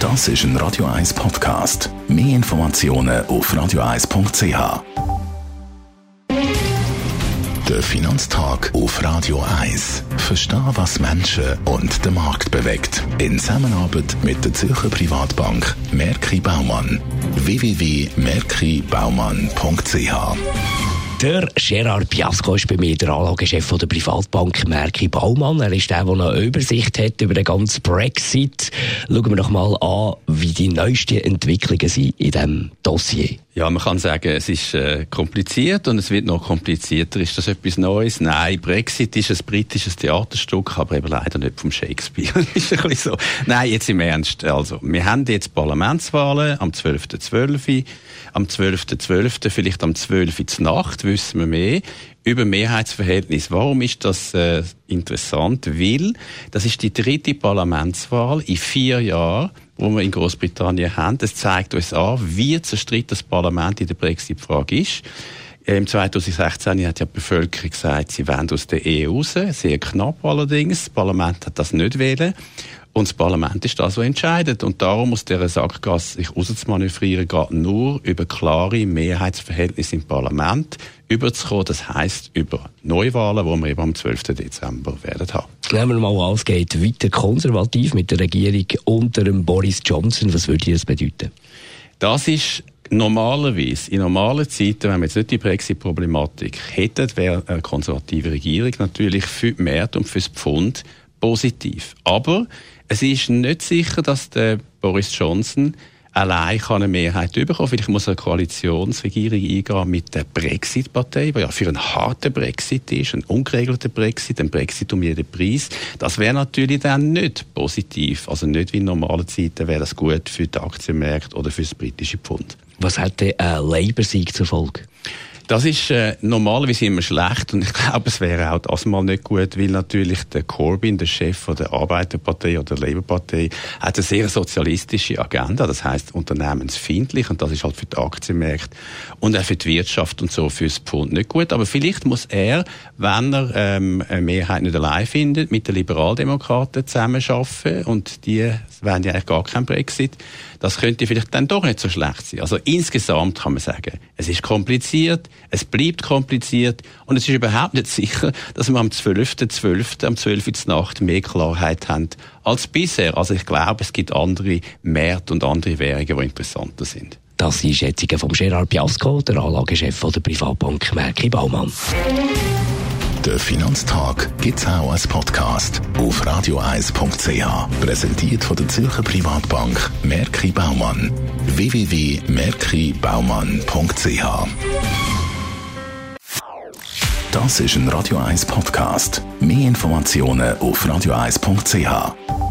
Das ist ein Radio 1 Podcast. Mehr Informationen auf radio1.ch. Der Finanztag auf Radio 1. Verstehen, was Menschen und den Markt bewegt. In Zusammenarbeit mit der Zürcher Privatbank Merki Baumann. www.merkibaumann.ch. Der Gerard Biasco ist bei mir der Anlagechef der Privatbank Merki Baumann. Er ist der eine Übersicht hat über den ganzen Brexit. Schauen wir noch mal an, wie die neuesten Entwicklungen sind in diesem Dossier. Ja, man kann sagen, es ist kompliziert und es wird noch komplizierter. Ist das etwas Neues? Nein, Brexit ist ein britisches Theaterstück, aber eben leider nicht vom Shakespeare. Ist ein bisschen so. Nein, jetzt im Ernst. Also, wir haben jetzt Parlamentswahlen am 12.12. Am 12.12., vielleicht am 12. Nacht, wissen wir mehr über Mehrheitsverhältnis. Warum ist das interessant? Weil das ist die 3. Parlamentswahl in 4 Jahren, die wir in Großbritannien haben. Das zeigt uns an, wie zerstritten das Parlament in der Brexit-Frage ist. Im 2016 hat ja die Bevölkerung gesagt, sie wollen aus der EU raus. Sehr knapp allerdings. Das Parlament hat das nicht wählen. Und das Parlament ist das, was entscheidet. Und darum aus dieser Sackgasse sich rauszumanövrieren, geht nur über klare Mehrheitsverhältnisse im Parlament überzukommen. Das heisst, über Neuwahlen, die wir eben am 12. Dezember werden haben. Nehmen wir mal an, es geht weiter konservativ mit der Regierung unter dem Boris Johnson. Was würde das bedeuten? Das ist normalerweise, in normalen Zeiten, wenn wir jetzt nicht die Brexit-Problematik hätten, wäre eine konservative Regierung natürlich für die Märkte und für das Pfund positiv. Aber es ist nicht sicher, dass der Boris Johnson allein eine Mehrheit bekommen. Vielleicht muss eine Koalitionsregierung eingehen mit der Brexit-Partei, die ja für einen harten Brexit ist, einen ungeregelten Brexit, ein Brexit um jeden Preis. Das wäre natürlich dann nicht positiv. Also nicht wie in normalen Zeiten wäre das gut für die Aktienmärkte oder für das britische Pfund. Was hat denn ein Labour-Sieg zur Folge? Das ist normalerweise immer schlecht und ich glaube, es wäre auch das mal nicht gut, weil natürlich der Corbyn, der Chef der Arbeiterpartei oder der Labour-Partei, hat eine sehr sozialistische Agenda, das heisst unternehmensfeindlich und das ist halt für die Aktienmärkte und auch für die Wirtschaft und so fürs Pfund nicht gut. Aber vielleicht muss er, wenn er eine Mehrheit nicht allein findet, mit den Liberaldemokraten zusammenarbeiten und die wollen ja eigentlich gar keinen Brexit. Das könnte vielleicht dann doch nicht so schlecht sein. Also insgesamt kann man sagen, es ist kompliziert, es bleibt kompliziert und es ist überhaupt nicht sicher, dass wir am 12.12., am 12. Nacht mehr Klarheit haben als bisher. Also ich glaube, es gibt andere Märkte und andere Währungen, die interessanter sind. Das sind Schätzungen von Gerard Biasco, der Anlagechef der Privatbank Merki Baumann. Der Finanztag gibt es auch als Podcast auf radio1.ch. Präsentiert von der Zürcher Privatbank Merki Baumann. www.merkibaumann.ch. Das ist ein Radio 1 Podcast. Mehr Informationen auf radio1.ch.